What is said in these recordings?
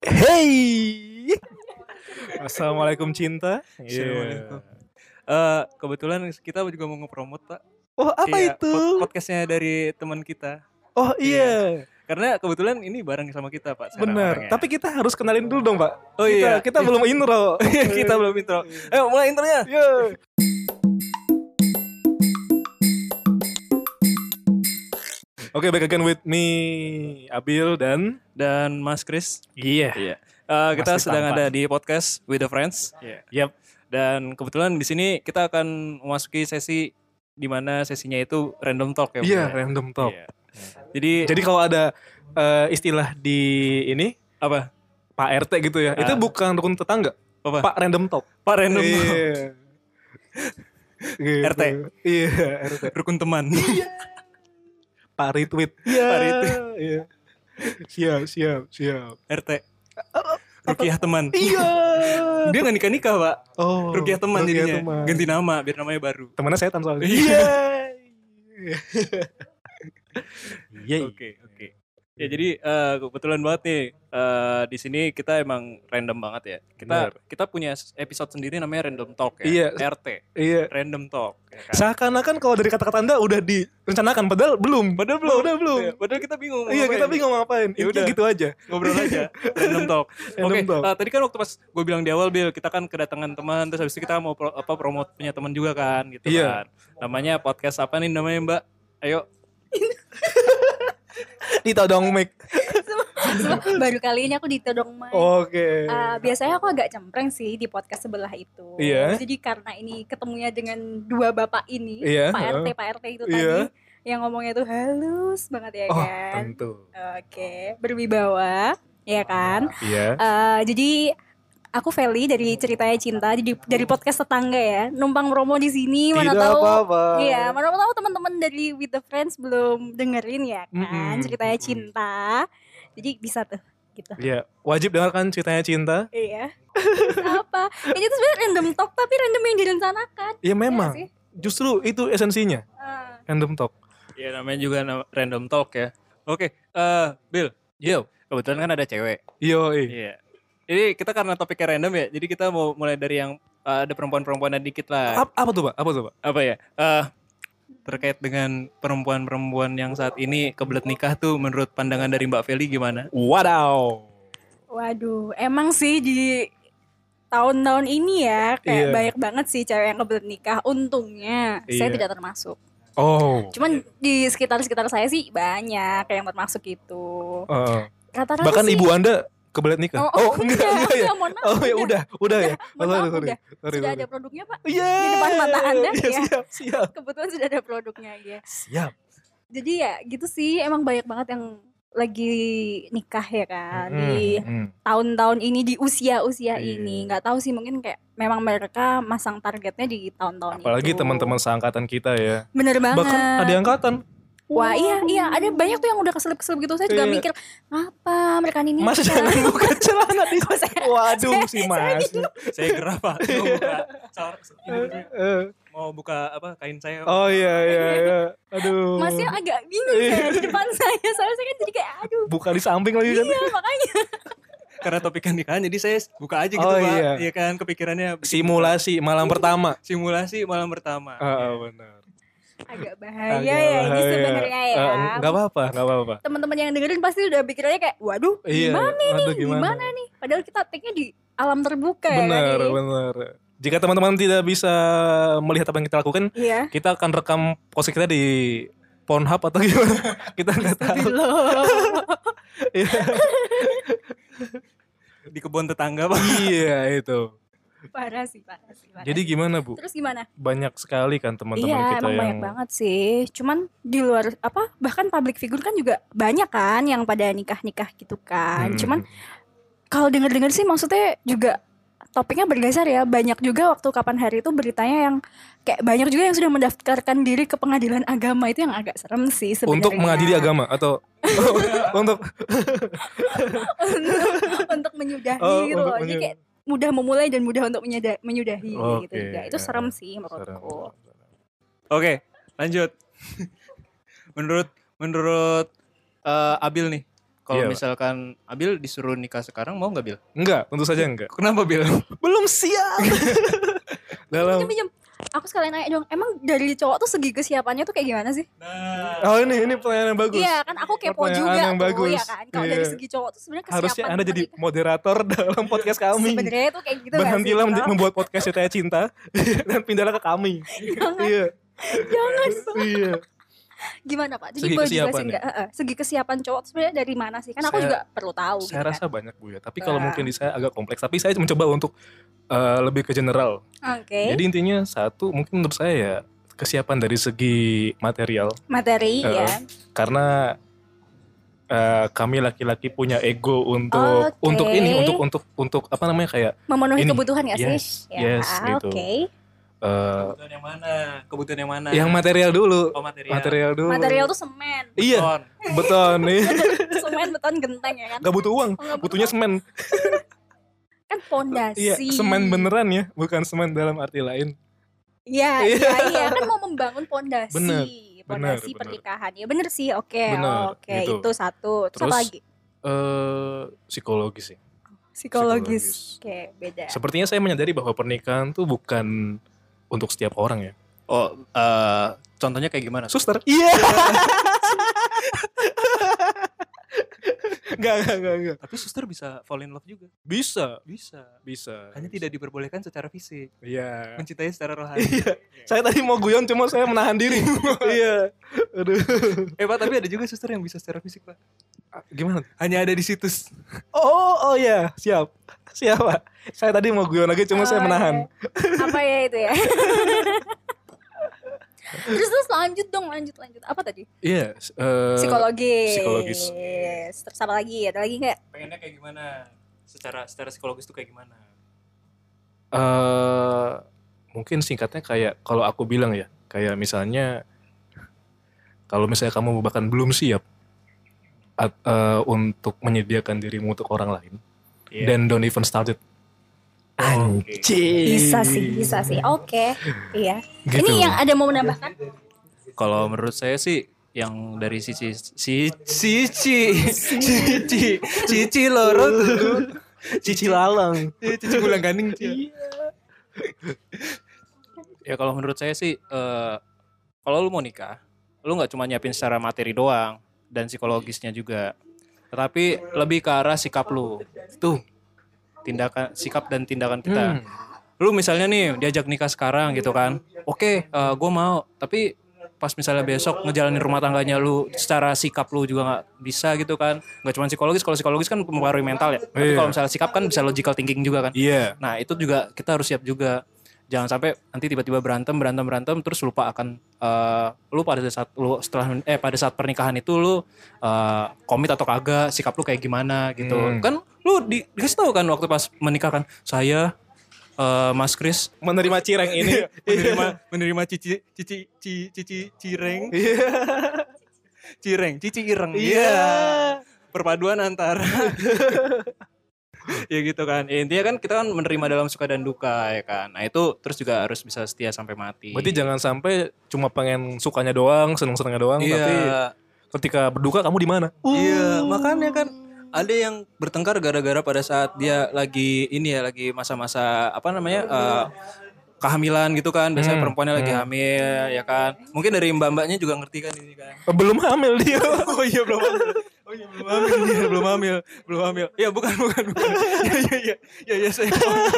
Hey, assalamualaikum cinta. Assalamualaikum. Kebetulan kita juga mau ngepromot, Pak. Oh, apa Iya, itu? podcastnya dari teman kita. Oh Iya. iya, Karena kebetulan ini bareng sama kita, Pak. Sekarang benar. orangnya. Tapi kita harus kenalin dulu dong, Pak. Oh iya. Kita belum intro. Kita belum intro. Ayo mulai intronya. Yo. Oke, back again with me, Abil Dan Mas Chris. Iya. Iya. Kita Mas Chris sedang tampan. ada di podcast With the Friends. Iya. Yap. Dan kebetulan di sini kita akan memasuki sesi di mana sesinya itu random talk ya. Iya, Bro, ya? random talk. Iya. Jadi kalau ada istilah di ini Apa? Pak RT gitu ya, itu bukan rukun tetangga. Apa? Pak random talk. Pak random talk. Iya. Gitu. RT. Iya, RT. Rukun teman. Pak retweet. Iya. Pak retweet. Iya. Siap. RT. Rukiah teman. Iya. Dia gak nikah-nikah, Pak. Oh. Rukiah teman Rukiah jadinya. teman. Ganti nama biar namanya baru. Temannya setan soalnya. Iya. Iya. Oke. Ya jadi kebetulan banget nih di sini kita emang random banget ya. Kita punya episode sendiri namanya Random Talk ya. Iya. RT. Iya. Random Talk. Ya kan? Seakan-akan kalau dari kata-kata Anda udah direncanakan, padahal belum. Padahal belum. Udah belum. Iya, padahal kita bingung. Iya, kita bingung ngapain. Ya Intinya udah. gitu aja. Ngobrol aja. Random Talk. Random Oke. talk. Tadi kan waktu pas gue bilang di awal, Bil, kita kan kedatangan teman, terus habis itu kita mau promote punya teman juga kan, gitu Iya. kan. Namanya podcast apa nih namanya, Mbak? Ayo. Ditodong mic. Baru kali ini aku ditodong mic. Oke. Biasanya aku agak cempreng sih di podcast sebelah itu. Iya. Jadi karena ini ketemunya dengan dua bapak ini, Iya. Pak RT itu Iya. tadi, yang ngomongnya tuh halus banget ya Oh, kan. tentu. Oke, berwibawa, ya kan. Iya. Jadi aku Feli dari Ceritanya Cinta, dari podcast tetangga ya, numpang promo di sini. Mana Tidak tahu, apa-apa. iya, mana tahu teman-teman dari With the Friends belum dengerin ya kan, Ceritanya Cinta. Jadi bisa tuh, gitu. Iya, wajib dengarkan Ceritanya Cinta. Iya. Terus apa? Ini tuh sebenarnya random talk tapi random yang direncanakan. Iya memang. Iya sih? Justru itu esensinya. Random talk. Ya namanya juga Random Talk ya. Oke, Bill. Yo. Kebetulan kan ada cewek. Yo. Iya. Jadi kita karena topiknya random ya, jadi kita mau mulai dari yang ada perempuan-perempuan dikit lah. Apa tuh, Pak? Apa ya? Terkait dengan perempuan-perempuan yang saat ini kebelet nikah tuh menurut pandangan dari Mbak Feli gimana? Wadaw. Waduh, emang sih di tahun-tahun ini ya kayak Iya. banyak banget sih cewek yang kebelet nikah. Untungnya saya Iya. tidak termasuk. Oh. Cuman di sekitar saya sih banyak yang termasuk itu. Rata-rata Bahkan sih, ibu Anda kebelet nikah. Enggak ya. mohon maaf, Oh ya udah ya. Mohon maaf, Sorry. udah. Sudah ada produknya, Pak. Iya. Di depan mata Anda, Iya, ya. siap. Kebetulan sudah ada produknya ya. Siap. Jadi ya gitu sih, emang banyak banget yang lagi nikah ya kan di tahun-tahun ini, di usia-usia Iya. ini. Nggak tahu sih, mungkin kayak memang mereka masang targetnya di tahun-tahun Apalagi itu. teman-teman seangkatan kita ya. Bener banget. Bahkan ada yang angkatan. Wah iya ada banyak tuh yang udah keselip-keselip gitu. Saya juga Iya. mikir apa mereka ini Mas nikah? jangan buka celana di Kok saya- Waduh si Mas. Saya gerah, Pak. Mau buka apa kain saya. Oh iya. Aduh. Masnya agak bingung saya di depan saya. Soalnya saya kan jadi kayak aduh. Buka di samping lagi kan. Iya makanya. Karena topiknya nikahan jadi saya buka aja gitu, Oh, Pak. iya. Iya kan kepikirannya Simulasi malam pertama. simulasi malam pertama. Benar. Agak bahaya ya ini sebenarnya ya. Enggak apa-apa. Teman-teman yang dengerin pasti udah pikirannya kayak waduh Iya. Waduh, gimana nih? Padahal kita take-nya di alam terbuka Benar. ya kan. Jika teman-teman tidak bisa melihat apa yang kita lakukan, Iya. kita akan rekam podcast kita di Pornhub atau gimana? Kita nggak tahu. Iya. Di kebun tetangga, Pak. Iya itu. Parah sih. Jadi gimana Bu? Terus gimana? Banyak sekali kan teman-teman Iya, kita emang yang banyak banget sih. Cuman di luar bahkan public figure kan juga banyak kan yang pada nikah-nikah gitu kan. Cuman kalau denger-denger sih maksudnya juga topiknya bergeser ya. Banyak juga waktu kapan hari itu beritanya yang kayak banyak juga yang sudah mendaftarkan diri ke pengadilan agama. Itu yang agak serem sih sebenarnya. untuk mengadili agama atau untuk untuk menyudahi Oh, gitu untuk loh. Jadi kayak mudah memulai dan mudah untuk menyudahi gitu Oke, juga. Itu serem sih serem. menurutku. Oke, lanjut. menurut Abil nih, Kalau Iya, Pak. misalkan Abil disuruh nikah sekarang mau nggak Bil? Enggak, tentu saja enggak. Kenapa Bil? Belum siap. Dalam Pinjam. Aku sekalian nanya dong, emang dari cowok tuh segi kesiapannya tuh kayak gimana sih? Oh ini pertanyaan yang bagus. Iya kan aku kepo Pertanyaan juga yang tuh bagus. ya kan. Kalau Iya. dari segi cowok tuh sebenarnya kesiapan Harusnya Anda jadi menikah. moderator dalam podcast kami. Sebenarnya tuh kayak gitu. Berhentilah nggak sih? membuat podcast Ceritanya Cinta dan pindahlah ke kami. Iya. Jangan. Iya. Gimana Pak? Jadi Segi boleh kesiapan jelasin ya? nggak? Segi kesiapan cowok tuh sebenarnya dari mana sih? Kan aku Saya- juga perlu tahu. Saya gitu rasa kan. banyak Bu ya. Tapi kalau Nah. mungkin di saya agak kompleks. Tapi saya mencoba untuk lebih ke general. Oke. Jadi intinya satu mungkin menurut saya ya kesiapan dari segi material. Materi ya. Karena kami laki-laki punya ego untuk Oke. ini untuk apa namanya kayak Memenuhi ini. kebutuhan nggak sih? Yes, yes, gitu. Oke. Kebutuhan yang mana? Kebutuhan yang mana? yang material dulu. Oh, material. Material dulu. Material tuh semen. Iya, Beton. beton nih. Semen, beton, genteng ya kan. Gak butuh uang, Oh, nggak butuh butuhnya semen. Kan pondasi. Iya, semen beneran ya, bukan semen dalam arti lain. Iya, Iya. iya kan mau membangun pondasi. Bener, Pondasi bener. pernikahan. Ya bener sih. Oke, Bener, oke. gitu. Itu satu. Terus Terus, apa lagi? Psikologis sih. Psikologis. psikologis. Oke, beda. Sepertinya saya menyadari bahwa pernikahan tuh bukan untuk setiap orang ya. Oh, contohnya kayak gimana? Suster. Iya. Enggak. Tapi suster bisa fall in love juga. Bisa. Bisa. Hanya tidak diperbolehkan secara fisik. Iya. Mencintai secara rohani. Iya. Saya tadi mau guyon cuma saya menahan diri. Iya. Aduh. Pak, tapi ada juga suster yang bisa secara fisik, Pak. Gimana? Hanya ada di situs. Oh ya, siap. Siap, Pak. Saya tadi mau guyon lagi cuma saya Oh, menahan. iya. Apa ya itu ya? terus lanjut dong, lanjut. Apa tadi? Iya, Psikologis. psikologis. Terus apa lagi? Ada lagi nggak? Pengennya kayak gimana? Secara psikologis tuh kayak gimana? Mungkin singkatnya kayak kalau aku bilang ya, kayak misalnya kalau misalnya kamu bahkan belum siap untuk menyediakan dirimu untuk orang lain, then don't even start it. Anjing. Bisa sih. Oke. Iya. Gitu. Ini yang ada mau menambahkan? Kalau menurut saya sih yang dari Cici loro dulu. Cici lalang. Cici bulan ganing. Ya kalau menurut saya sih kalau lu mau nikah, lu nggak cuma nyiapin secara materi doang dan psikologisnya juga, tetapi lebih ke arah sikap lu. Tuh, sikap dan tindakan kita. Lu misalnya nih diajak nikah sekarang gitu kan, oke, gue mau, tapi pas misalnya besok ngejalanin rumah tangganya lu secara sikap lu juga nggak bisa gitu kan, nggak cuma psikologis. Kalau psikologis kan mempengaruhi mental ya, tapi kalau misalnya sikap kan bisa logical thinking juga kan. Iya. Nah itu juga kita harus siap juga. Jangan sampai nanti tiba-tiba berantem terus lupa akan lu pada saat pernikahan itu lu komit atau kagak, sikap lu kayak gimana gitu. Kan lu dikasih tahu kan waktu pas menikah kan, saya Mas Kris Menerima cireng ini. menerima cici cireng. Cici ireng. Iya. Perpaduan antara ya gitu kan. Ya, intinya kan kita kan menerima dalam suka dan duka ya kan. Nah itu terus juga harus bisa setia sampai mati. Berarti jangan sampai cuma pengen sukanya doang, seneng-senengnya doang, Iya. tapi ketika berduka kamu di mana? Iya, makanya kan ada yang bertengkar gara-gara pada saat dia lagi lagi masa-masa apa namanya kehamilan gitu kan. Biasanya perempuannya lagi hamil ya kan. Mungkin dari mbak-mbaknya juga ngerti kan ini kan. Belum hamil dia. Oh iya belum hamil. Belum hamil. Ya bukan. Ya saya.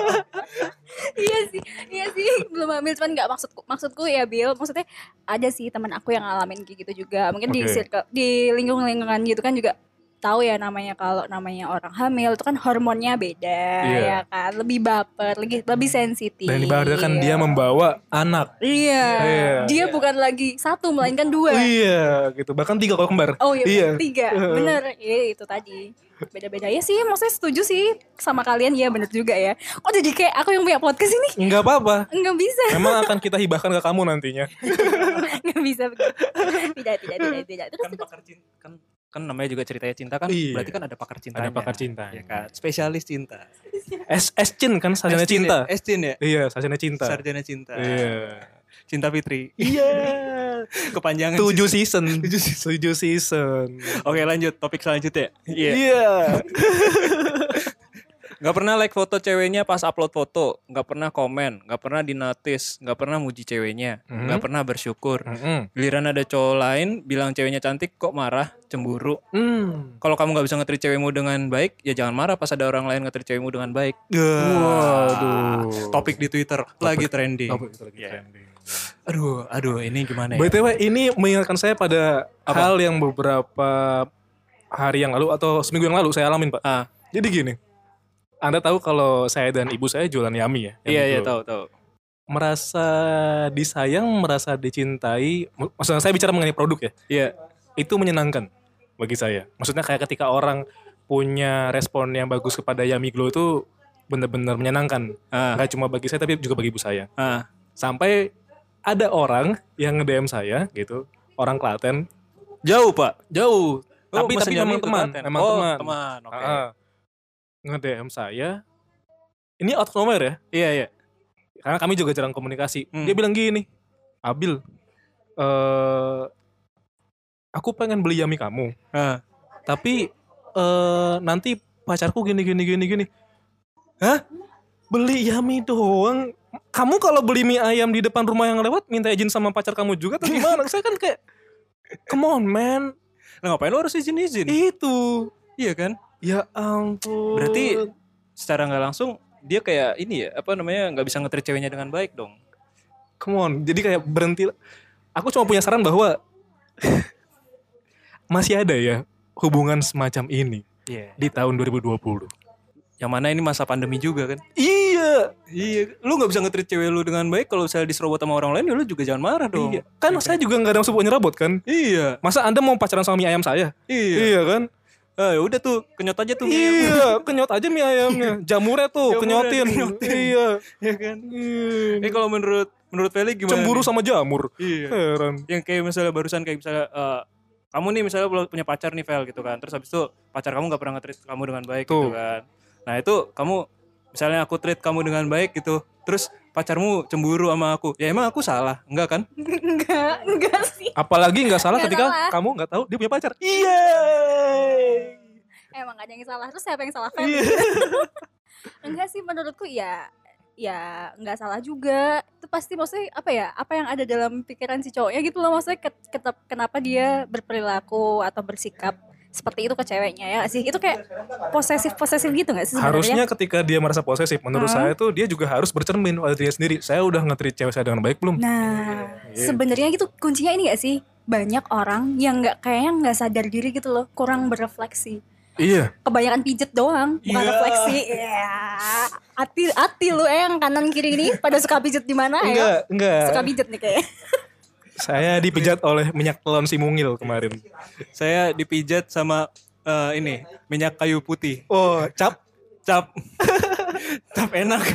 Iya sih belum hamil, cuman nggak maksudku ya Bill, maksudnya ada sih teman aku yang ngalamin kayak gitu juga, mungkin di lingkungan gitu kan juga tahu ya, kalau namanya orang hamil itu kan hormonnya beda ya kan, lebih baper, lebih sensitif. Dan ibaratkan dia membawa anak. Iya. Dia bukan lagi satu melainkan dua. Iya, gitu. Bahkan 3 kalau kembar. Oh iya, 3. Bener. Iya, itu tadi. Beda-beda ya sih, maksudnya setuju sih sama kalian, ya bener juga ya. Kok jadi kayak aku yang punya podcast ini? Enggak apa-apa. Enggak bisa. Memang akan kita hibahkan ke kamu nantinya. Enggak bisa begitu. Tidak. Terus Kan namanya juga ceritanya cinta kan, berarti kan ada pakar cintanya. Ada pakar cinta. Ya kan, spesialis cinta. S-Cin kan sarjana cinta. S-Cin ya? Iya, sarjana cinta. Sarjana cinta. Iya. Cinta Fitri. Iya. Kepanjangan 7 sih. season. 7 season. Oke lanjut topik selanjutnya. Iya. Iya. Gak pernah like foto ceweknya pas upload foto, gak pernah komen, gak pernah dinotis, gak pernah muji ceweknya, gak pernah bersyukur. Giliran ada cowok lain bilang ceweknya cantik kok marah, cemburu. Kalau kamu gak bisa nge-treat cewekmu dengan baik, ya jangan marah pas ada orang lain nge-treat cewekmu dengan baik. Waduh. Topik di Twitter lagi trending. Topik itu lagi trending. Aduh, ini gimana ya? BTW ini mengingatkan saya pada hal yang beberapa hari yang lalu atau seminggu yang lalu saya alamin, Pak. Jadi gini. Anda tahu kalau saya dan ibu saya jualan Yami ya? Iya, tahu. Merasa disayang, merasa dicintai. Maksudnya saya bicara mengenai produk ya. Iya. Itu menyenangkan bagi saya. Maksudnya kayak ketika orang punya respon yang bagus kepada Yami Glow itu benar-benar menyenangkan. Gak cuma bagi saya tapi juga bagi ibu saya. Sampai ada orang yang nge-DM saya gitu, orang Klaten. Jauh, Pak. Jauh. Oh, tapi memang teman. Teman. Oke. Nge-DM saya. Ini out of nowhere ya? Iya. Karena kami juga jarang komunikasi. Dia bilang gini, Abil, aku pengen beli Yami kamu. Tapi nanti pacarku gini. Hah? Beli Yami doang? Kamu kalau beli mie ayam di depan rumah yang lewat minta izin sama pacar kamu juga atau gimana? Saya kan kayak, come on man. Nah, ngapain lo harus izin-izin? Itu. Iya kan? Ya ampun. Berarti secara nggak langsung dia kayak ini ya, apa namanya, nggak bisa nge-treat ceweknya dengan baik dong. Come on, jadi kayak berhenti. Aku cuma punya saran bahwa masih ada ya hubungan semacam ini di tahun 2020. Yang mana ini masa pandemi juga kan? Iya. Lu nggak bisa nge-treat cewek lu dengan baik kalau misalnya diserobot sama orang lain, ya lu juga jangan marah dong. Iya. Kan saya juga nggak ada maksud buat nyerobot kan? Iya. Masa Anda mau pacaran sama mie ayam saya? Iya kan? Udah tuh, kenyot aja tuh. Iya, kenyot aja mie ayamnya. Jamurnya tuh kenyotin. Iya. Ya kan? Kalau menurut Feli gimana? Cemburu nih? sama jamur. Iya. Heran. Yang kayak misalnya barusan kayak misalnya kamu nih misalnya punya pacar nih Fel gitu kan. Terus habis itu pacar kamu gak pernah nge-treat kamu dengan baik gitu kan. Nah itu kamu misalnya aku treat kamu dengan baik gitu. Terus pacarmu cemburu sama aku. Ya emang aku salah? Enggak kan? Enggak sih. Apalagi nggak salah Nggak ketika salah. kamu nggak tahu dia punya pacar. Iya. Emang gak ada yang salah. Terus siapa yang salah? Feb? Enggak sih, menurutku ya nggak salah juga. Itu pasti maksudnya apa yang ada dalam pikiran si cowoknya gitu loh. Maksudnya kenapa dia berperilaku atau bersikap seperti itu ke ceweknya ya sih. Itu kayak posesif gitu gak sih sebenarnya? Harusnya ketika dia merasa posesif, menurut saya tuh dia juga harus bercermin pada dirinya sendiri. Saya udah nge-treat cewek saya dengan baik belum? Nah, sebenarnya gitu kuncinya ini gak sih? Banyak orang yang kayaknya nggak sadar diri gitu loh, kurang berefleksi. Iya. Kebanyakan pijet doang, bukan refleksi. Iya. Hati lu yang kanan kiri ini pada suka pijet di mana ya? Enggak. Suka pijet nih kayaknya. Saya dipijat oleh minyak telon si mungil kemarin. Saya dipijat sama ini minyak kayu putih. Oh, cap Cap enak.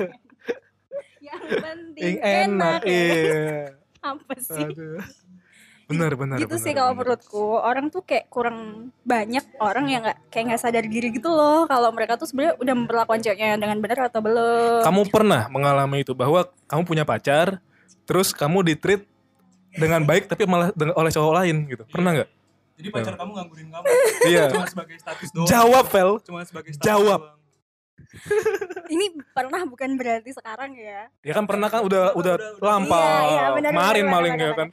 Yang penting enak. ya. Iya. Apa sih? Aduh. Benar. Gitu sih kalau menurutku. Orang tuh kayak kurang banyak orang yang nggak sadar diri gitu loh. Kalau mereka tuh sebenarnya udah memperlakukan ceweknya dengan benar atau belum. Kamu pernah mengalami itu bahwa kamu punya pacar, terus kamu di-treat dengan baik tapi malah oleh cowok lain gitu. Pernah nggak? Jadi pacar kamu nganggurin kamu. Iya. Cuma sebagai status doang. Jawab, Fel. Cuma sebagai status Jawab. doang. Ini pernah bukan berarti sekarang ya. Ya kan pernah kan udah lampau. Iya, benar, Kemarin benar, maling benar, ya kan.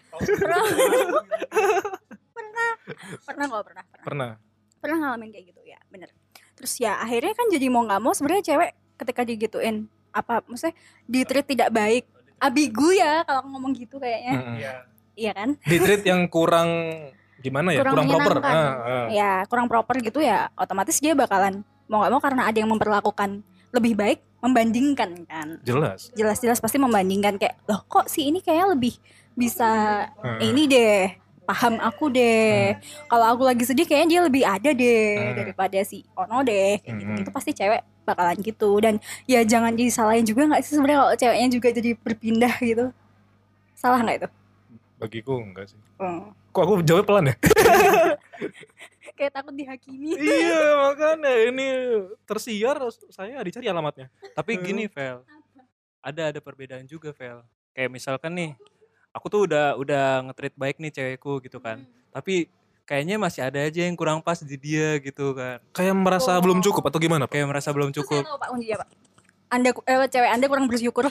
Pernah Pernah. ngalamin kayak gitu ya, bener. Terus ya akhirnya kan jadi mau nggak mau sebenarnya cewek ketika digituin maksudnya di-treat tidak baik, ambigu ya kalau ngomong gitu kayaknya. Iya kan? Di-treat yang kurang gimana ya? Kurang proper. menyenangkan. Ya kurang proper gitu ya, otomatis dia bakalan mau nggak mau karena ada yang memperlakukan lebih baik, membandingkan kan. Jelas pasti membandingkan kayak loh kok si ini kayak lebih bisa ini deh, paham aku deh. Kalau aku lagi sedih kayaknya dia lebih ada deh daripada si Ono deh kayak gitu. Itu pasti cewek bakalan gitu. Dan ya jangan disalahin juga nggak sih sebenarnya kalau ceweknya juga jadi berpindah gitu. Salah nggak itu? Bagiku enggak sih. Kok aku jawab pelan ya? Kayak takut dihakimi. Iya makanya ini tersiar saya dicari alamatnya. Tapi gini Vel, ada perbedaan juga Vel. Kayak misalkan nih, aku tuh udah nge-treat baik nih cewekku gitu kan. Tapi kayaknya masih ada aja yang kurang pas di dia gitu kan. Kayak merasa belum cukup atau gimana, Pak? Kayak merasa belum Terus saya cukup. tahu Pak kuncinya Pak. Cewek Anda kurang bersyukur.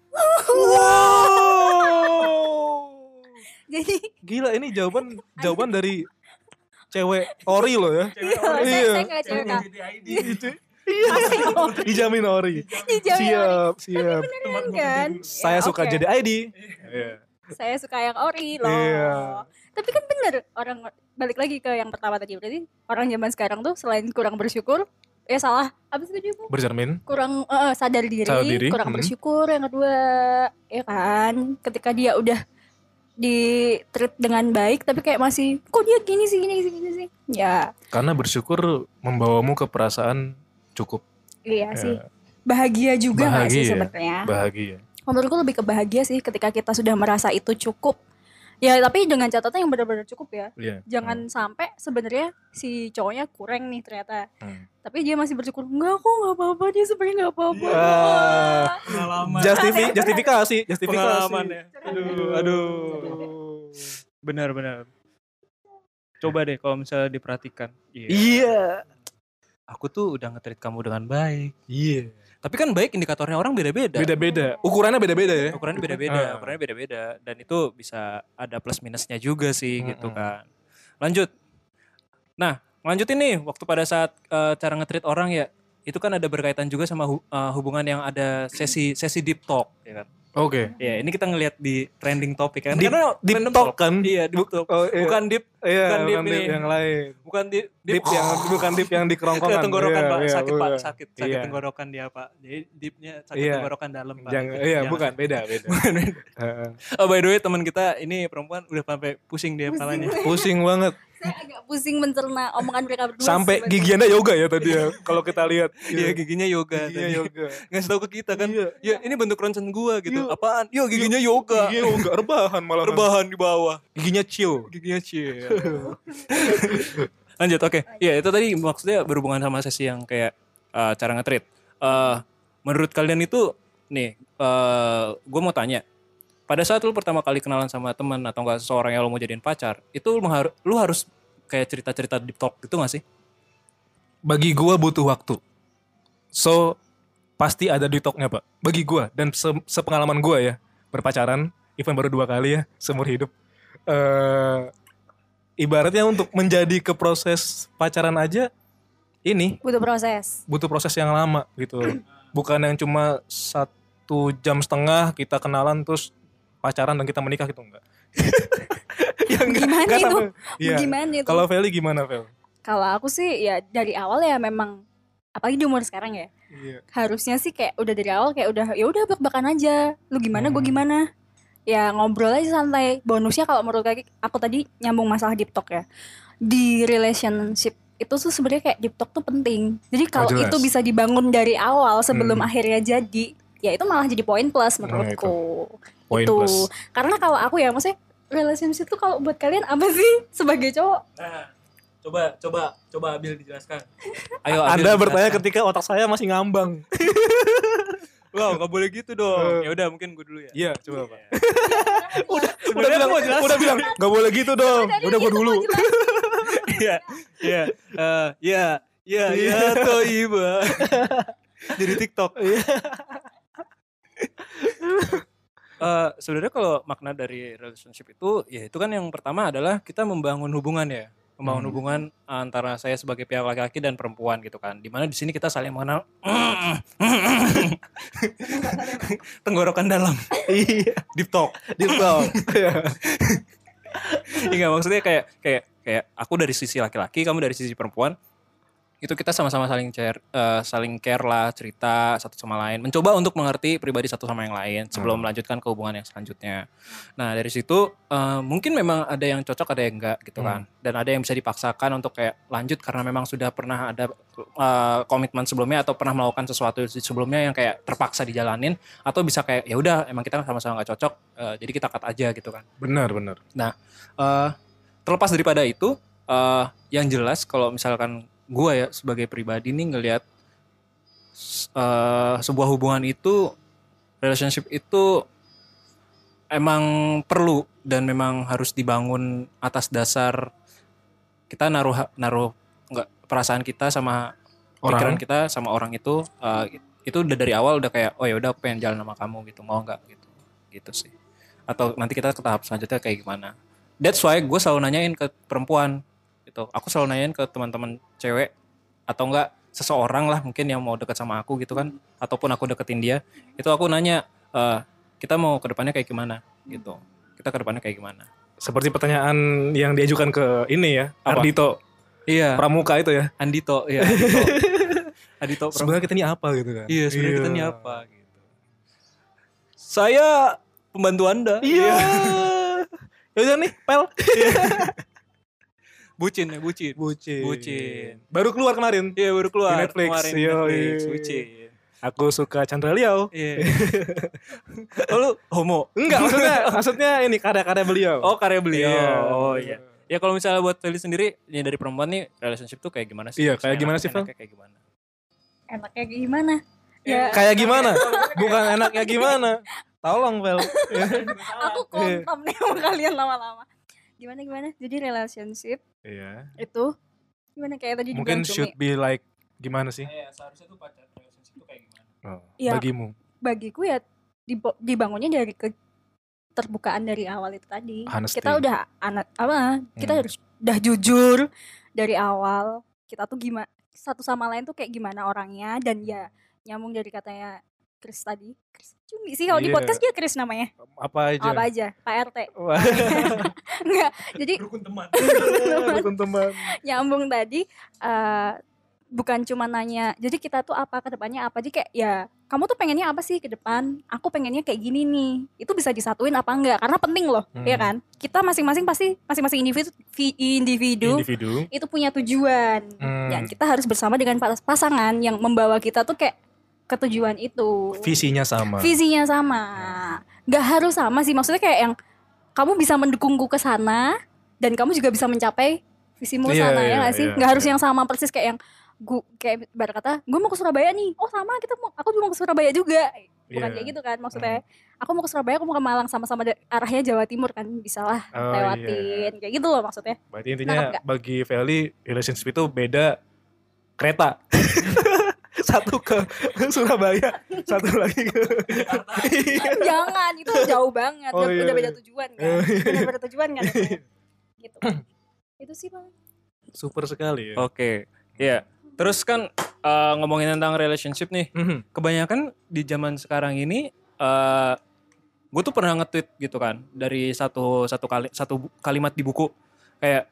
Jadi Gila, ini jawaban dari cewek ori loh ya. saya nggak cewek Kak. Iya. Dijamin ori. Dijamin Siap. Beneran kan? Saya Ya, suka oke. jadi ID. Saya suka yang ori loh. Iya. Tapi kan bener orang balik lagi ke yang pertama tadi berarti orang zaman sekarang tuh selain kurang bersyukur, salah. Apa sih tadi Bu? Bercermin. Kurang sadar diri, Sadar diri, kurang hmm. bersyukur. Yang kedua, ya kan, ketika dia udah di treat dengan baik tapi kayak masih kok dia gini sih. Ya, Karena bersyukur membawamu ke perasaan cukup. iya Ya, sih. Bahagia juga nggak sih bahagia. sebenarnya? Bahagia. Menurutku lebih ke bahagia sih ketika kita sudah merasa itu cukup. Ya, tapi dengan catatan yang benar-benar cukup ya. Iya. Jangan sampai sebenarnya si cowoknya kurang nih ternyata. Hmm. Tapi dia masih bersyukur, enggak kok nggak apa-apa, dia sebenarnya nggak apa-apa. Ya. Pengalaman. Justifikasi. Pengalaman ya. Aduh. Benar. Coba deh kalau misalnya diperhatikan. Iya. Aku tuh udah nge-treat kamu dengan baik. Iya. Tapi kan baik indikatornya orang beda-beda. Beda-beda. Ukurannya beda-beda ya. Ukurannya beda-beda. Dan itu bisa ada plus minusnya juga sih gitu kan. Lanjut. Nah, lanjutin nih waktu pada saat cara nge-treat orang ya. Itu kan ada berkaitan juga sama hubungan yang ada sesi deep talk ya kan. Oke. Ya, ini kita ngelihat di trending topik kan. Deep- Karena deep random talk kan? Iya, deep talk. Oh, iya. Bukan deep Iya, bukan deep bukan ini. deep yang lain. Bukan deep Bukan deep yang di kerongkongan. ke tenggorokan Iya, Pak, iya, sakit Pak, bukan. sakit Iya. tenggorokan dia Pak. Jadi deepnya sakit Iya. tenggorokan dalam Pak. Jangan, Itu iya, jangan. bukan, beda. Heeh. Oh, by the way teman kita ini perempuan udah sampai pusing dia kepalanya. Pusing banget. Saya agak pusing mencerna omongan mereka berdua. Sampai sebenarnya. gigi Anda yoga ya tadi ya. Kalau kita lihat. Iya, giginya yoga Giginya tadi. yoga. Ngasih tahu ke kita kan. Iya. Ya, ini bentuk ronsen gua gitu. Iya. Apaan? Yo, giginya yoga. Giginya yoga, rebahan malah. Rebahan di bawah. Giginya chill. Giginya chill. Lanjut, oke. Iya, itu tadi maksudnya berhubungan sama sesi yang kayak cara nge-treat. Menurut kalian itu nih, gue mau tanya. Pada saat lu pertama kali kenalan sama teman atau enggak seseorang yang lu mau jadiin pacar, itu lu harus kayak cerita-cerita deep talk gitu gak sih? Bagi gua butuh waktu. So, pasti ada ditoknya Pak. Bagi gua dan sepengalaman gua ya, berpacaran, even baru 2 kali ya seumur hidup. Ibaratnya untuk menjadi ke proses pacaran aja ini butuh proses. butuh proses yang lama gitu. Bukan yang cuma 1,5 jam kita kenalan terus pacaran dan kita menikah gitu enggak. Ya Gimana itu? sampai- Iya. Gimana itu? Kalau Feli gimana Fel? Kalau aku sih ya dari awal ya memang apalagi di umur sekarang ya. Iya. Harusnya sih kayak udah dari awal kayak udah ya udah bak-bakan aja. Lu gimana, gue gimana. Ya ngobrol aja santai. Bonusnya kalau menurut aku tadi nyambung masalah deep talk ya. Di relationship itu tuh sebenarnya kayak deep talk tuh penting. Jadi kalau jelas. itu bisa dibangun dari awal sebelum akhirnya jadi, ya itu malah jadi poin plus menurutku. Poin Itu. plus. Karena kalau aku ya maksudnya relationship tuh kalau buat kalian apa sih sebagai cowok? Nah, coba Abil dijelaskan. Ayo Anda bertanya ketika otak saya masih ngambang. Wow, gak boleh gitu dong. Ya udah mungkin gue dulu ya. Iya, coba Pak. Sebenarnya aku mau jelasin. Udah bilang gak boleh gitu dong. Udah gua dulu. Iya, Toiba. Jadi TikTok. Sebenarnya kalau makna dari relationship itu, ya itu kan yang pertama adalah kita membangun hubungan ya. Membangun hubungan antara saya sebagai pihak laki-laki dan perempuan gitu kan. Dimana di sini kita saling mengenal tenggorokan dalam. Iya. Deep talk. Deep talk. Iya, maksudnya kayak aku dari sisi laki-laki, kamu dari sisi perempuan. Itu kita sama-sama saling care lah, cerita satu sama lain, mencoba untuk mengerti pribadi satu sama yang lain sebelum melanjutkan ke hubungan yang selanjutnya. Nah dari situ mungkin memang ada yang cocok, ada yang enggak gitu kan, dan ada yang bisa dipaksakan untuk kayak lanjut karena memang sudah pernah ada komitmen sebelumnya atau pernah melakukan sesuatu sebelumnya yang kayak terpaksa dijalanin, atau bisa kayak ya udah emang kita sama-sama nggak cocok, jadi kita cut aja gitu kan. Benar. Nah, terlepas daripada itu, yang jelas kalau misalkan gue ya sebagai pribadi nih ngelihat sebuah hubungan itu, relationship itu emang perlu dan memang harus dibangun atas dasar kita naruh nggak perasaan kita sama pikiran kita sama orang itu udah dari awal udah kayak oh ya udah aku pengen jalan sama kamu gitu, mau nggak gitu sih. Atau nanti kita ke tahap selanjutnya kayak gimana. That's why gue selalu nanyain ke perempuan gitu. Aku selalu nanyain ke teman-teman cewek atau enggak seseorang lah mungkin yang mau dekat sama aku gitu kan, ataupun aku deketin dia, itu aku nanya kita mau ke depannya kayak gimana gitu. Kita ke depannya kayak gimana. Seperti pertanyaan yang diajukan ke ini ya, Apa? Ardito. Iya. Pramuka itu ya. Andito ya. Adito Sebenarnya kita ini apa gitu kan? Iya, sebenarnya kita ini apa gitu. Saya pembantu Anda. Iya. Ya udah nih, Pel. Bucin. Baru keluar kemarin. Iya, baru keluar Di Netflix. kemarin di Yo, Netflix. iya. Bucin. Aku suka Chandra Liao. Iya. Oh, lu homo? Enggak, maksudnya ini karya-karya beliau. Oh, karya beliau. Iya. Oh iya. Ya kalau misalnya buat Feli sendiri, ya dari perempuan nih relationship tuh kayak gimana sih? Iya, kayak Maksudnya gimana sih, Fel? enaknya kayak gimana? Enaknya gimana? Ya, Kayak gimana? Bukan enaknya gimana? Tolong, Pel. aku kontam nih sama kalian lama-lama. Gimana? Jadi relationship Iya. itu gimana kayak tadi Mungkin dibilang should Cumi. be like gimana sih? Iya, seharusnya tuh pacar relationship tuh kayak gimana? Oh, Iya. bagimu. Bagiku ya dibangunnya dari keterbukaan dari awal itu tadi. Honesty. Kita udah kita harus udah jujur dari awal. Kita tuh gimana satu sama lain tuh kayak gimana orangnya, dan ya nyambung dari katanya Chris tadi. Chris Cumi sih kalau di Iya. podcast dia Chris namanya. Apa aja? Apa aja? Pak RT. Wah, Enggak. Jadi Rukun teman. rukun teman. nyambung tadi bukan cuma nanya jadi kita tuh apa ke depannya apa, jadi kayak ya kamu tuh pengennya apa sih ke depan, aku pengennya kayak gini nih, itu bisa disatuin apa enggak, karena penting loh. Ya kan, kita masing-masing pasti masing-masing individu itu punya tujuan, dan kita harus bersama dengan pasangan yang membawa kita tuh kayak ke tujuan itu. Visinya sama. Nggak harus sama sih, maksudnya kayak yang kamu bisa mendukungku ke sana dan kamu juga bisa mencapai visimu Iya, sana, iya, ya nggak sih? iya, Nggak harus iya. yang sama persis kayak yang kayak ibarat kata gue mau ke Surabaya nih, oh sama aku juga mau ke Surabaya juga, bukan Iya. kayak gitu kan maksudnya. Aku mau ke Surabaya, aku mau ke Malang, sama-sama arahnya Jawa Timur kan, bisa lah Oh, lewatin kayak gitu loh maksudnya. Berarti intinya Nangkep nggak? bagi Feli relationship itu beda kereta. Satu ke Surabaya, satu lagi ke Jangan, itu jauh banget, Oh, udah, iya, udah beda iya. tujuan kan, bener-bener tujuan kan itu. Gitu. Itu sih paling. Super sekali ya. Oke. Iya. Terus kan ngomongin tentang relationship nih. Mhm. Kebanyakan di zaman sekarang ini gue tuh pernah nge-tweet gitu kan dari satu kalimat di buku kayak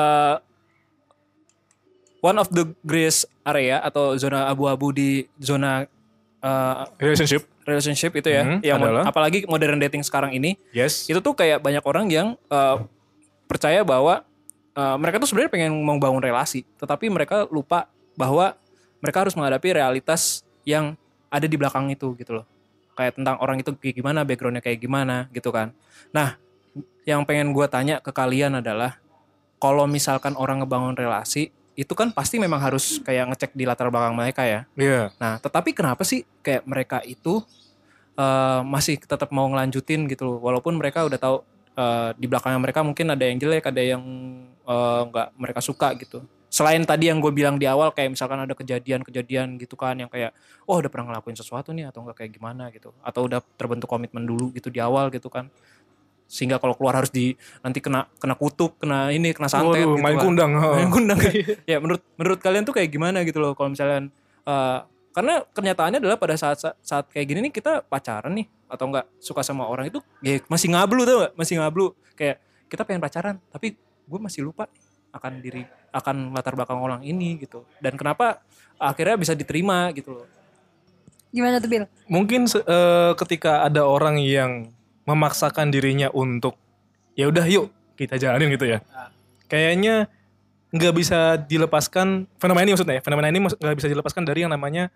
one of the greatest area atau zona abu-abu di zona relationship itu ya, yang adalah? apalagi modern dating sekarang ini, Yes. itu tuh kayak banyak orang yang percaya bahwa mereka tuh sebenarnya pengen membangun relasi, tetapi mereka lupa bahwa mereka harus menghadapi realitas yang ada di belakang itu gitu loh. Kayak tentang orang itu kayak gimana, backgroundnya kayak gimana gitu kan. Nah, yang pengen gue tanya ke kalian adalah, kalau misalkan orang ngebangun relasi, itu kan pasti memang harus kayak ngecek di latar belakang mereka ya. Iya. Nah, tetapi kenapa sih kayak mereka itu masih tetap mau ngelanjutin gitu loh, walaupun mereka udah tahu di belakangnya mereka mungkin ada yang jelek, ada yang nggak mereka suka gitu. Selain tadi yang gue bilang di awal kayak misalkan ada kejadian-kejadian gitu kan yang kayak oh udah pernah ngelakuin sesuatu nih atau enggak kayak gimana gitu, atau udah terbentuk komitmen dulu gitu di awal gitu kan, sehingga kalau keluar harus nanti kena kutuk, kena santet Waduh, gitu main kan. kundang. Main kundang kan. Ya menurut kalian tuh kayak gimana gitu loh kalau misalnya karena kenyataannya adalah pada saat kayak gini nih kita pacaran nih atau enggak suka sama orang itu ya masih ngablu, tau gak? Masih ngablu, kayak kita pengen pacaran tapi gue masih lupa akan latar belakang orang ini gitu, dan kenapa akhirnya bisa diterima gitu loh. Gimana tuh Bil? Mungkin ketika ada orang yang memaksakan dirinya untuk ya udah yuk kita jalanin gitu ya. Kayaknya nggak bisa dilepaskan fenomena ini, maksudnya fenomena ini nggak bisa dilepaskan dari yang namanya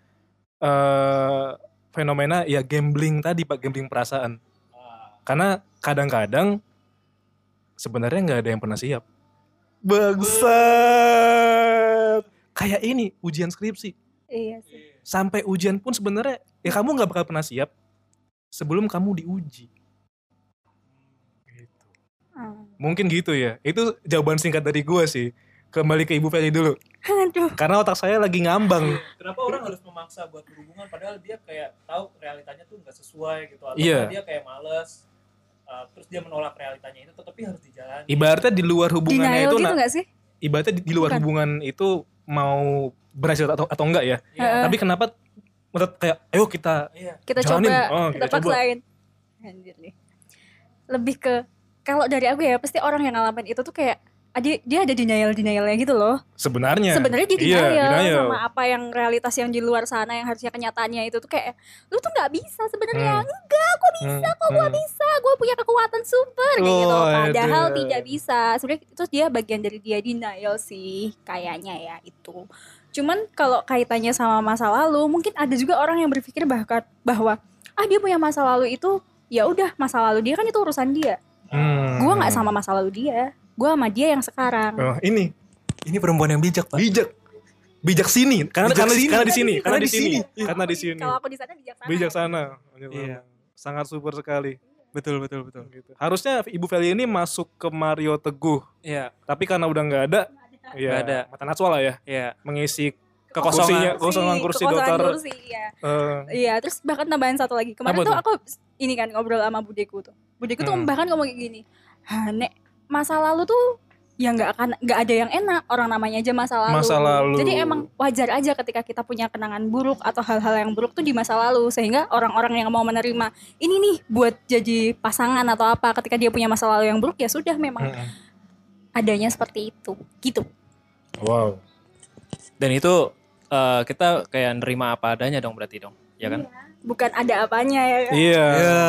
fenomena ya gambling tadi Pak, gambling perasaan. Karena kadang-kadang sebenarnya nggak ada yang pernah siap. Bangsat. Kayak ini ujian skripsi. Iya sih. Sampai ujian pun sebenarnya ya kamu nggak bakal pernah siap sebelum kamu diuji. Mungkin gitu ya. Itu jawaban singkat dari gue sih. Kembali ke Ibu Feli dulu. Aduh. Karena otak saya lagi ngambang. Kenapa orang harus memaksa buat berhubungan padahal dia kayak tahu realitanya tuh nggak sesuai gitu atau Iya. dia kayak males terus dia menolak realitanya itu tetapi harus dijalani. Ibaratnya di luar hubungannya Denial itu gitu gak sih? ibaratnya di luar Bukan. hubungan itu mau berhasil atau enggak ya. Heeh. Tapi kenapa menurut kayak ayo kita Iya. Kita jalanin. coba, Oh, kita kita coba. paksain. Anjir nih. Lebih ke kalau dari aku ya pasti orang yang ngalamin itu tuh kayak dia ada denialnya gitu loh. sebenarnya Sebenarnya dia Iya, denial sama apa yang realitas yang di luar sana yang harusnya kenyataannya itu tuh kayak lu tuh nggak bisa sebenarnya. Enggak, gue bisa kok, gue bisa, gue punya kekuatan super kayak gitu. Oh, Padahal aduh. tidak bisa. Sebenarnya itu dia bagian dari dia denial sih kayaknya ya itu. Cuman kalau kaitannya sama masa lalu, mungkin ada juga orang yang berpikir bahwa dia punya masa lalu itu ya udah masa lalu dia kan itu urusan dia. Gue nggak sama masa lalu dia, gue sama dia yang sekarang. Oh, ini perempuan yang bijak, Pak. bijak sini karena Bijak sini. karena di sini Karena di sini. karena di sini Kalau aku di sana bijaksana. bijaksana. Iya. Sangat super sekali. Betul. Gitu. Harusnya Ibu Feli ini masuk ke Mario Teguh, Iya, tapi karena udah nggak ada, ya Nggak ada. Mata Najwa lah ya iya. mengisi Kekosongan. kosongan kursi dokter. Kursi, iya. eh, Iya, terus bahkan tambahan satu lagi. Kemarin Apa tuh tuh? aku ini kan ngobrol sama budeku tuh. Budeku tuh bahkan ngomong kayak gini. Nek, masa lalu tuh ya nggak ada yang enak, orang namanya aja masa lalu. Masa lalu. Jadi emang wajar aja ketika kita punya kenangan buruk atau hal-hal yang buruk tuh di masa lalu, sehingga orang-orang yang mau menerima ini nih buat jadi pasangan atau apa ketika dia punya masa lalu yang buruk ya sudah memang adanya seperti itu gitu. Wow. Dan itu kita kayak nerima apa adanya dong berarti dong, ya kan? Bukan ada apanya ya kan? Iya.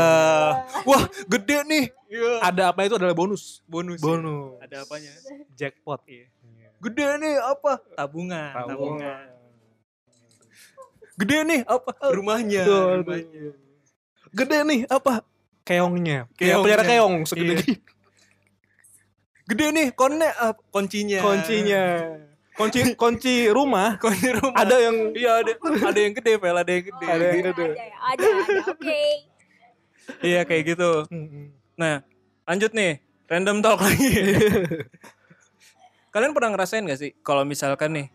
Wah, gede nih. Ada apa itu adalah bonus. Bonus. Ada apanya? jackpot. Gede nih apa? Tabungan. Gede nih apa? Rumahnya. Betul. Gede nih apa? Keongnya. Keongnya. Pelihara keong segede Iya. Gede nih kuncinya. Kunci rumah. Kunci rumah. Ada yang ada yang gede, Pel, ada yang gede. Ada yang gede. Ada, oke. Iya kayak gitu. Nah, lanjut nih, random talk lagi. Kalian pernah ngerasain gak sih kalau misalkan nih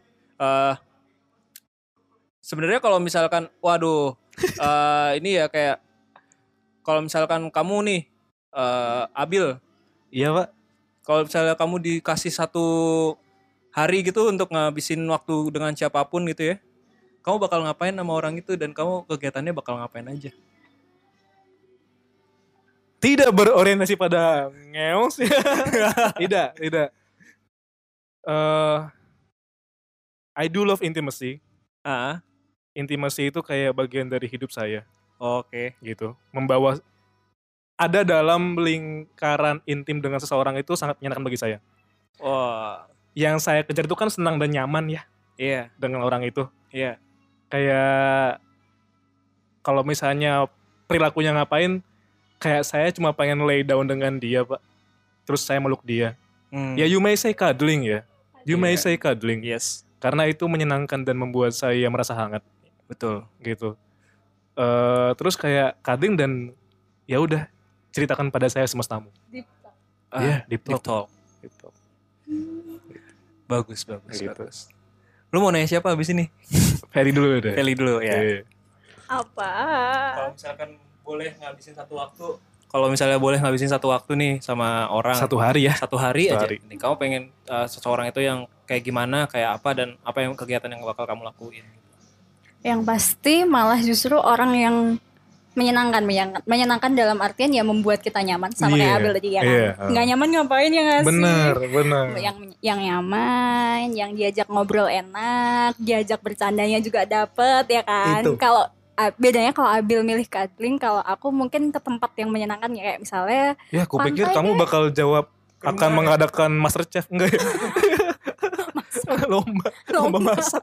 sebenarnya kalau misalkan waduh ini ya kayak kalau misalkan kamu nih Abil, Iya, Pak. kalau misalnya kamu dikasih satu hari gitu untuk ngabisin waktu dengan siapapun gitu ya, kamu bakal ngapain sama orang itu dan kamu kegiatannya bakal ngapain aja? Tidak berorientasi pada ngeos. Tidak. I do love intimacy. Ah, Intimacy itu kayak bagian dari hidup saya oke. gitu. Membawa ada dalam lingkaran intim dengan seseorang itu sangat menyenangkan bagi saya. Wah, Yang saya kejar itu kan senang dan nyaman ya iya, dengan orang itu. iya. Kayak kalau misalnya perilakunya ngapain, kayak saya cuma pengen lay down dengan dia, Pak. Terus saya meluk dia. Ya you may say cuddling ya. You may Iya. say cuddling. Yes, Karena itu menyenangkan dan membuat saya merasa hangat betul. gitu. Terus kayak cuddling dan ya udah ceritakan pada saya semestamu. Iya, deep Deep talk. talk. Bagus. Gitu. Lu mau nanya siapa abis ini? Ferry dulu deh. Kelly dulu ya. Iya. Apa? Kalau misalkan boleh ngabisin satu waktu. Kalau misalnya boleh ngabisin satu waktu nih sama orang. Satu hari ya. Satu hari Satu aja. hari. Nih, kamu pengen seseorang itu yang kayak gimana, kayak apa dan apa yang kegiatan yang bakal kamu lakuin? Yang pasti malah justru orang yang menyenangkan dalam artian ya membuat kita nyaman sama kayak Iya, Abel tadi ya kan. iya. Nggak nyaman ngapain ya nggak sih? Benar. Yang nyaman, yang diajak ngobrol enak, diajak bercandanya juga dapet ya kan. Itu. Kalau bedanya kalau Abil milih cuddling, kalau aku mungkin ke tempat yang menyenangkan ya kayak misalnya Ya, aku pikir Pantai kamu deh. bakal jawab Ke akan rumah. mengadakan MasterChef enggak ya? lomba masak.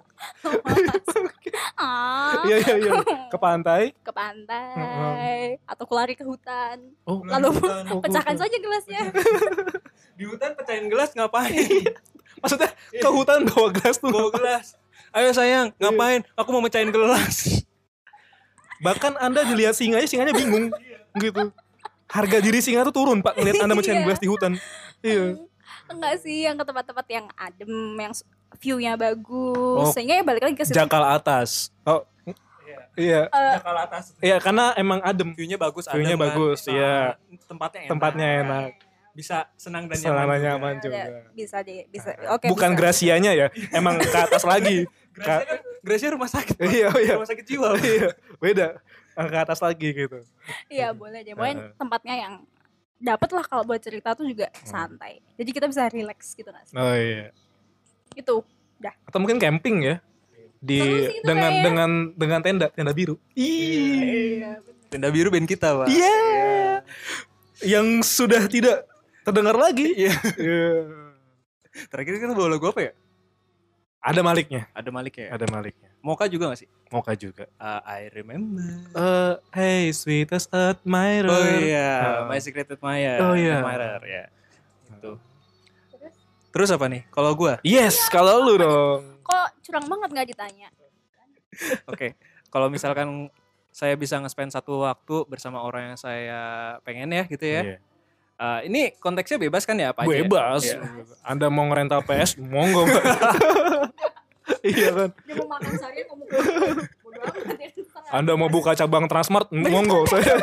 Iya. Ke pantai. ke pantai atau lari ke hutan. Oh, Lalu Oh, pecahkan gitu. saja gelasnya. Di hutan pecahin gelas ngapain? Maksudnya ke hutan bawa gelas tuh. Bawa gelas. Ayo sayang, ngapain? Aku mau mecahin gelas. Bahkan Anda dilihat singanya bingung gitu. harga diri singa tuh turun Pak ngeliat Anda mecahin Iya. gelas di hutan. Iya. Enggak sih, yang ke tempat-tempat yang adem, yang view-nya bagus. Oh, Sehingga ya balik lagi ke situ. Jakal atas. Oh. Iya. Kalau atas Iya karena emang adem. view-nya bagus, View-nya adem kan. bagus, iya. Tempatnya enak. Tempatnya enak. Bisa senang dan Senang dan nyaman. nyaman Ada, juga. bisa deh, bisa. Oke, Bukan bisa. Gracianya ya, emang ke atas lagi. Gracia rumah sakit. Pak. Iya, iya. Rumah sakit jiwa. Iya, beda. Ke atas lagi gitu. Iya, boleh deh. Pokoknya Heeh. tempatnya yang dapet lah kalau buat cerita tuh juga santai. Jadi kita bisa relax gitu gak sih? Oh iya. Itu. Atau mungkin camping ya. Di Seru sih itu dengan kayaknya. dengan tenda biru. Iya. Tenda biru band kita, Pak. Iya. Yang sudah tidak terdengar lagi. Iya. Iya. Terakhir kita bawa lagu apa ya? Ada Maliknya. Ada Malik ya. Ada Maliknya. Moka juga gak sih? Moka juga. I remember. Hey sweetest admirer. Oh iya, Oh. My Secret Admirer. Oh iya. Admirer ya. Gitu. Terus apa nih? Kalau gua, Yes, kalau lu dong. Kok curang banget gak ditanya? oke. Kalau misalkan saya bisa nge-spend satu waktu bersama orang yang saya pengen ya gitu ya. Iya. Ini konteksnya bebas kan ya apa aja? ya? Bebas. Iya. Anda mau ngerental PS, monggo. Iya kan. Dia mau makan seharian ngomong bodo amat ya. Anda mau buka cabang Transmart, monggo. Saya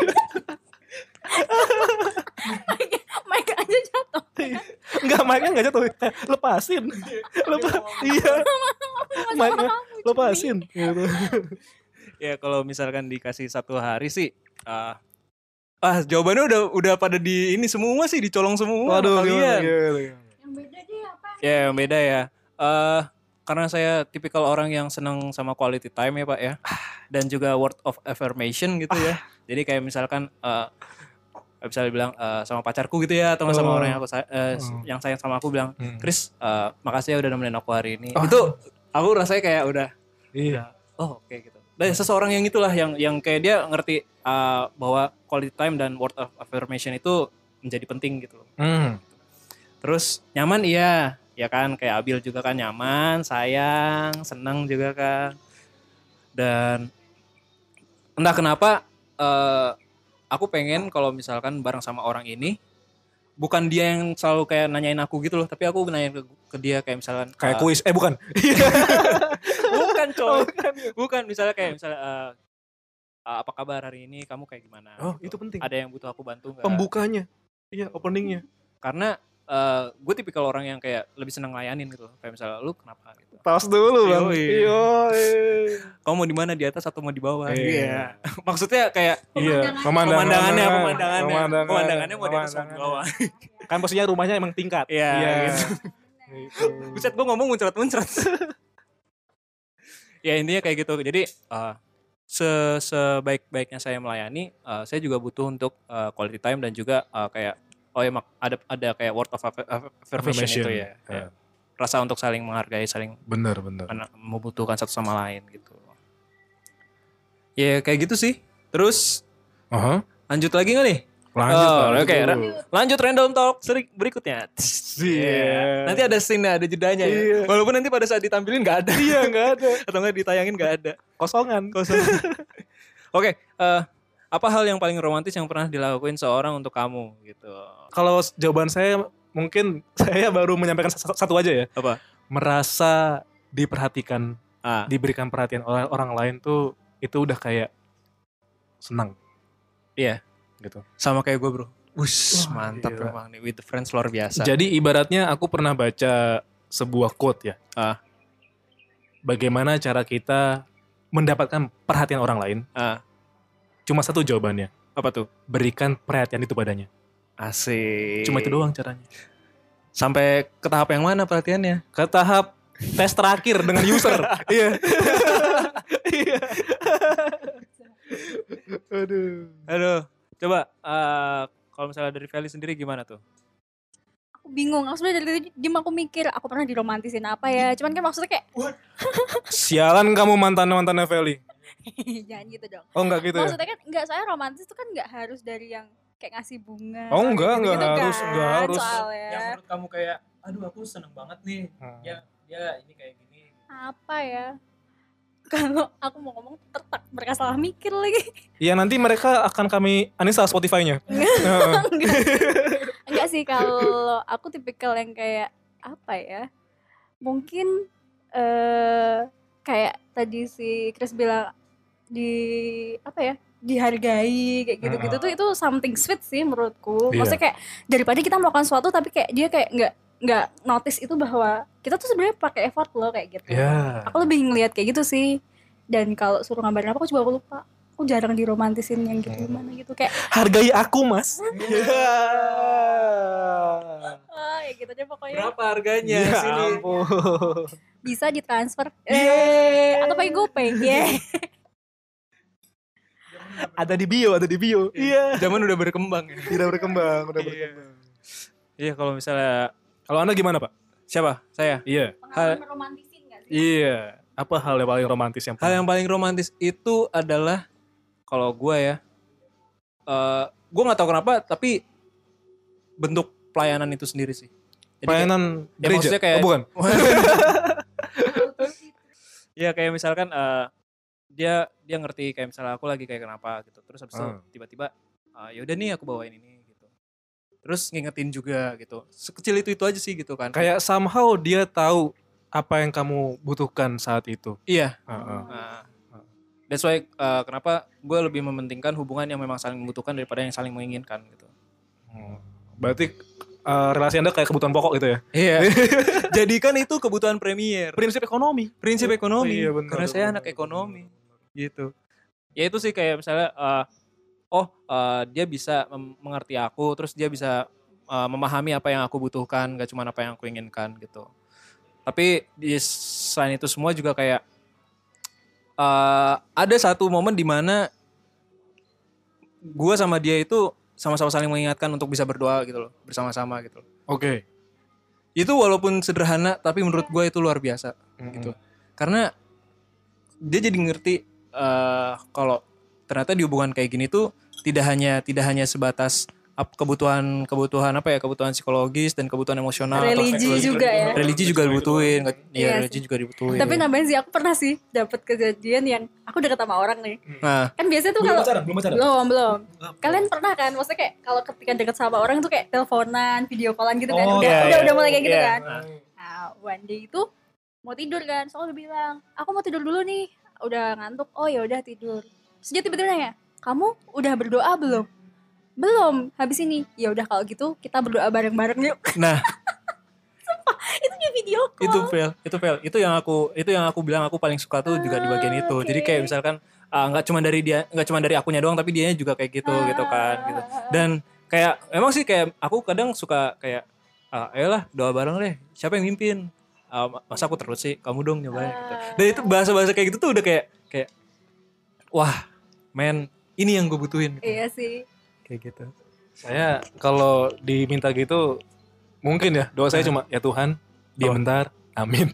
Mic aja jatuh. enggak mic-nya enggak jatuh. Lepasin. Iya. Mic-nya lepasin gitu. Ya kalau misalkan dikasih satu hari sih jawabannya udah pada di ini semua sih, dicolong semua sama Waduh, kalian. Yang beda deh apa? Ya yang beda ya. Karena saya tipikal orang yang senang sama quality time ya Pak ya. Dan juga word of affirmation gitu ya. Jadi kayak misalkan misalnya bilang sama pacarku gitu ya, atau nggak sama orang yang yang sayang sama aku bilang, Chris, makasih ya udah nemenin aku hari ini. Itu aku rasanya kayak udah, Iya. oh oke gitu. Dan seseorang yang itulah yang kayak dia ngerti bahwa quality time dan word of affirmation itu menjadi penting gitu. Terus nyaman iya, ya kan kayak Abil juga kan nyaman, sayang, senang juga kan. Dan entah kenapa aku pengen kalau misalkan bareng sama orang ini bukan dia yang selalu kayak nanyain aku gitu loh, tapi aku nanyain ke dia kayak misalkan Kayak kuis, bukan. bukan coy. Bukan misalnya kayak apa kabar hari ini, kamu kayak gimana? Oh, gitu. itu penting. Ada yang butuh aku bantu nggak? Pembukanya. Iya, openingnya. Karena gue tipikal orang yang kayak lebih senang layanin gitu loh. Kayak misalnya lu kenapa gitu. Tas dulu, Bang. Yoi. Yoi. Kamu mau di mana, di atas atau mau di bawah? Iya. Maksudnya kayak Iya, pemandangannya mau di atas mau di bawah. Kan posisinya rumahnya emang tingkat. Iya, gitu. Gitu. Buset, gue ngomong muncrat-muncrat. Ya intinya kayak gitu. Jadi sebaik-baiknya saya melayani, saya juga butuh untuk quality time dan juga kayak ada kayak word of affirmation itu ya. Kayak rasa untuk saling menghargai, saling Bener. membutuhkan satu sama lain gitu. Ya kayak gitu sih. Terus lanjut lagi nggak nih? Lanjut. Oke, lanjut random talk berikutnya. Iya. Nanti ada scene, ada jedanya ya. Iya. Walaupun nanti pada saat ditampilin nggak ada. Iya, nggak ada. Atau nggak ditayangin nggak ada. Kosongan. Oke, apa hal yang paling romantis yang pernah dilakuin seorang untuk kamu gitu? Kalau jawaban saya mungkin saya baru menyampaikan satu aja ya. Apa? Merasa diperhatikan, Ah, diberikan perhatian oleh orang lain tuh itu udah kayak senang iya, gitu. sama kayak gue bro. Wush, Wah, mantap gila. memang nih, with the friends luar biasa. Jadi ibaratnya aku pernah baca sebuah quote ya. Bagaimana cara kita mendapatkan perhatian orang lain? Cuma satu jawabannya. Apa tuh? Berikan perhatian itu padanya. Asik. Cuma itu doang caranya. Sampai ke tahap yang mana perhatiannya? Ke tahap tes terakhir dengan user. Iya. Iya. Aduh, coba kalau misalnya dari Feli sendiri gimana tuh? Aku bingung. Aku sebenarnya dari tadi diem aku mikir aku pernah diromantisin apa ya. Cuman kan maksudnya kayak Sialan kamu mantannya Feli. jangan gitu dong. Oh enggak gitu ya? Maksudnya kan enggak, saya romantis itu kan enggak harus dari yang kayak ngasih bunga. Oh, enggak, gitu-gitu enggak harus, kan, enggak harus. Soalnya. Yang menurut kamu kayak, aduh aku seneng banget nih, dia ini kayak gini. Apa ya? Kalau aku mau ngomong tertak mereka salah mikir lagi. Iya, nanti mereka akan kami uninstall Spotify-nya. Enggak sih, kalau aku tipikal yang kayak apa ya? Mungkin kayak tadi si Chris bilang dihargai kayak gitu-gitu tuh, itu something sweet sih menurutku. Iya. Maksudnya kayak daripada kita melakukan sesuatu tapi kayak dia kayak nggak notice itu bahwa kita tuh sebenarnya pakai effort loh kayak gitu. Iya. Aku lebih ngelihat kayak gitu sih. Dan kalau suruh gambarin apa aku lupa. Aku jarang diromantisin yang gitu gimana gitu kayak Hargai aku, Mas. ya gitu aja pokoknya. Berapa harganya? Ya Sini. ampun. Bisa ditransfer Yeay. atau pakai GoPay. Ada di bio. Iya. Zaman udah berkembang ya. Tidak berkembang, Iya, kalau misalnya Kalau Anda gimana, Pak? siapa? Saya. Iya. Pengalaman romantisin gak sih? Iya. Apa hal yang paling romantis yang Hal yang paling romantis itu adalah kalau gue ya, gue nggak tahu kenapa tapi bentuk pelayanan itu sendiri sih. Jadi pelayanan ya gereja? maksudnya kayak- Oh, bukan. ya kayak misalkan dia ngerti kayak misalnya aku lagi kayak kenapa gitu. Terus habis itu tiba-tiba ya udah nih aku bawain ini gitu. Terus ngingetin juga gitu. Sekecil itu aja sih gitu kan. Kayak somehow dia tahu apa yang kamu butuhkan saat itu. Iya. Heeh. Nah, that's why kenapa gue lebih mementingkan hubungan yang memang saling membutuhkan daripada yang saling menginginkan gitu. Berarti relasi Anda kayak kebutuhan pokok gitu ya? Iya. Jadikan itu kebutuhan premier. Prinsip ekonomi. Prinsip ekonomi. Iya, benar, Karena saya benar, anak ekonomi. Gitu. Ya itu sih kayak misalnya dia bisa mengerti aku, terus dia bisa memahami apa yang aku butuhkan, gak cuma apa yang aku inginkan gitu. Tapi selain itu semua juga kayak ada satu momen di mana gue sama dia itu sama-sama saling mengingatkan untuk bisa berdoa gitu loh, bersama-sama gitu loh. Oke. Itu walaupun sederhana tapi menurut gue itu luar biasa gitu. Karena dia jadi ngerti kalau ternyata di hubungan kayak gini tuh tidak hanya sebatas kebutuhan psikologis dan kebutuhan emosional. Religi juga ya. Religi juga dibutuhin. Iya Religi juga dibutuhin. Tapi nambahin sih, aku pernah sih dapet kejadian yang aku deket sama orang nih. Nah, Kan biasanya tuh kalau belum pacaran. belum. Kalian pernah kan? Maksudnya kayak kalau ketika deket sama orang tuh kayak teleponan, video callan gitu kan. Oh, Udah mulai kayak gitu iya. kan. Nah, one day itu mau tidur kan. Soalnya udah bilang, "Aku mau tidur dulu nih." Udah ngantuk. Oh ya udah tidur. Terus dia tiba-tiba nanya, "Kamu udah berdoa belum?" "Belum, habis ini." "Ya udah kalau gitu kita berdoa bareng-bareng yuk." nah Itu kayak video call. itu fail. Itu yang aku bilang aku paling suka tuh juga di bagian itu. Oke. Jadi kayak misalkan nggak cuma dari akunya doang tapi dianya juga kayak gitu gitu kan gitu. Dan kayak memang sih kayak aku kadang suka kayak ayolah doa bareng deh. Siapa yang mimpin? Masa aku terus sih? Kamu dong nyobain gitu. Dan itu bahasa-bahasa kayak gitu tuh udah kayak wah, men, ini yang gue butuhin. Iya sih. Kayak gitu. Saya kalau diminta gitu mungkin ya doa saya cuma ya Tuhan diam bentar, amin.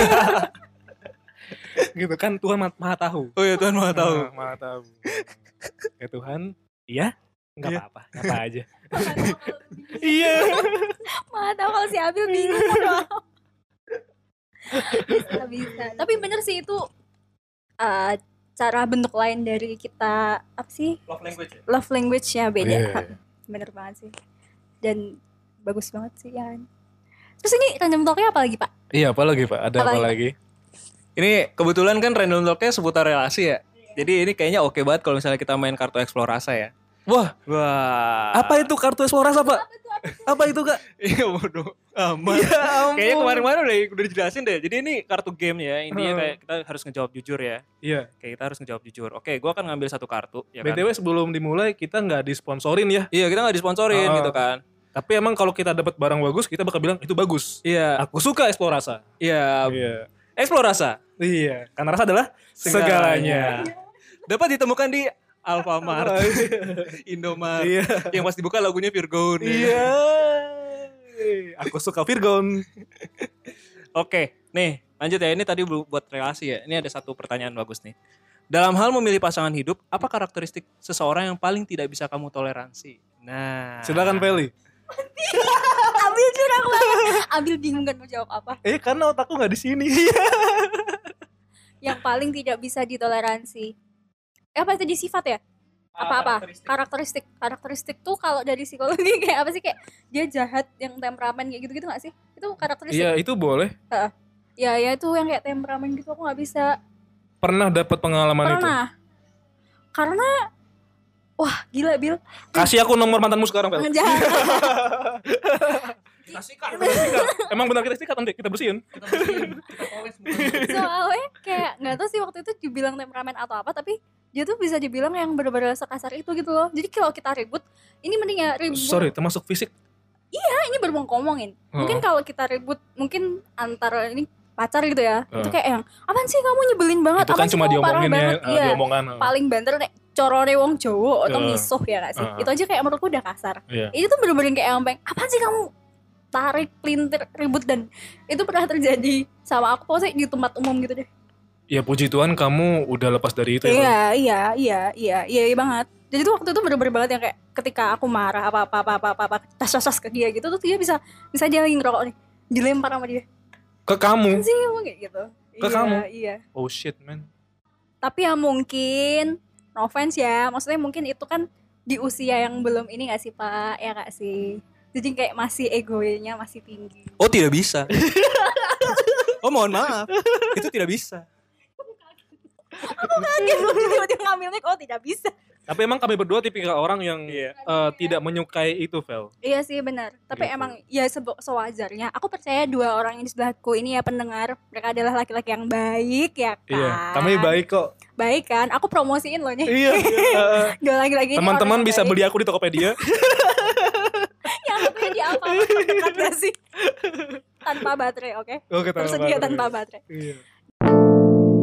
Gitu kan Tuhan maha tahu. Oh ya Tuhan maha tahu. Maha tahu. Ya Tuhan, iya, nggak Iya. apa-apa, apa aja. Iya. Mana tahu kalau si Abil bingung kan. Bisa. Tapi bener sih itu cara bentuk lain dari kita apa sih? Love language-nya beda. Iya. Bener banget sih. Dan bagus banget sih ya. Terus ini random talk-nya apa lagi, Pak? Iya, apa lagi Pak? Ada apa lagi? Ini kebetulan kan random talk-nya seputar relasi ya. Jadi ini kayaknya oke banget kalau misalnya kita main kartu eksplorasa ya. Wah, apa itu kartu eksplorasi Pak? Apa itu Kak? Iya bodoh amat. Ya ampun. Kayaknya kemarin-kemarin udah dijelasin deh. Jadi ini kartu game ya. Intinya kayak kita harus ngejawab jujur ya. Iya. Kayak kita harus ngejawab jujur. Oke, gue akan ngambil satu kartu. Ya kan? BTW sebelum dimulai kita nggak disponsorin ya. Iya, kita nggak disponsorin gitu kan. Tapi emang kalau kita dapat barang bagus, kita bakal bilang itu bagus. Iya, Aku suka eksplorasa. iya. Iya. Eksplorasa Iya, karena rasa adalah segalanya. dapat ditemukan di Alfamart, Indomart. Iya. Yang pas dibuka lagunya Virgon. ya. Iya. Aku suka Virgon. Oke, nih lanjut ya. Ini tadi buat relasi ya. Ini ada satu pertanyaan bagus nih. Dalam hal memilih pasangan hidup, apa karakteristik seseorang yang paling tidak bisa kamu toleransi? Nah, Silakan Feli. Abil curang banget. Abil bingung kan mau jawab apa. Karena otakku nggak di sini. Yang paling tidak bisa ditoleransi. Apa tadi sifat ya? Apa-apa? Karakteristik tuh kalau dari psikologi kayak apa sih, kayak dia jahat, yang temperamen kayak gitu-gitu nggak sih? Itu karakteristik. Iya, itu boleh. Ya itu yang kayak temperamen gitu aku nggak bisa. Pernah dapat pengalaman itu? Pernah. Karena wah gila Bil. Kasih aku nomor mantanmu sekarang, Pel. Jangan. Kasih Kak. Emang benar kita sikat, nanti kita bersihin. Kita poles. Soalnya kayak nggak tahu sih waktu itu dibilang temperamen atau apa, tapi dia tuh bisa dibilang yang benar-benar sekasar itu gitu loh. Jadi kalau kita ribut, ini mending ya ribut. Sorry, termasuk fisik. Ini baru mau ngomongin. Mungkin kalau kita ribut, mungkin antara ini pacar gitu ya, itu kayak yang apaan sih kamu nyebelin banget, Itu kan apaan sih cuma kamu parah diomongin ya, banget. Iya. diomongan. Paling banter nek corone wong Jawa atau misuh ya gak sih. Itu aja kayak menurutku udah kasar. Iya. Ini tuh bener-bener kayak yang apaan sih kamu, tarik pelintir ribut. Dan itu pernah terjadi sama aku pokoknya di tempat umum gitu deh. Ya puji Tuhan kamu udah lepas dari itu ya. Iya banget. Jadi tuh waktu itu bener-bener banget yang kayak ketika aku marah apa tas ke dia gitu tuh dia bisa dia lagi ngerokok nih, dilempar sama dia. Ke kamu. Sih emang kayak gitu. Ke kamu? Iya. Oh shit man. Tapi ya mungkin no offense ya, maksudnya mungkin itu kan di usia yang belum ini gak sih Pak, ya gak sih? Jadi kayak masih egonya masih tinggi. Oh tidak bisa. Oh mohon maaf, itu tidak bisa. Aku kaget loh tiba-tiba ngambilnya, oh tidak bisa. Tapi emang kami berdua tipikal orang yang tidak menyukai itu, Vel. Iya sih benar. Tapi Gitu. emang ya sewajarnya. Aku percaya dua orang yang di sebelahku ini ya pendengar, mereka adalah laki-laki yang baik ya kan. Iya, kami baik kok. Baik kan? Aku promosiin loh nih. Iya. Dua laki-laki ini Teman-teman orang yang bisa baik. beli aku di Tokopedia. Yang satunya di apa? Dekat gak sih? Tanpa baterai, oke? Oke, Tersedia tanpa baterai. Iya.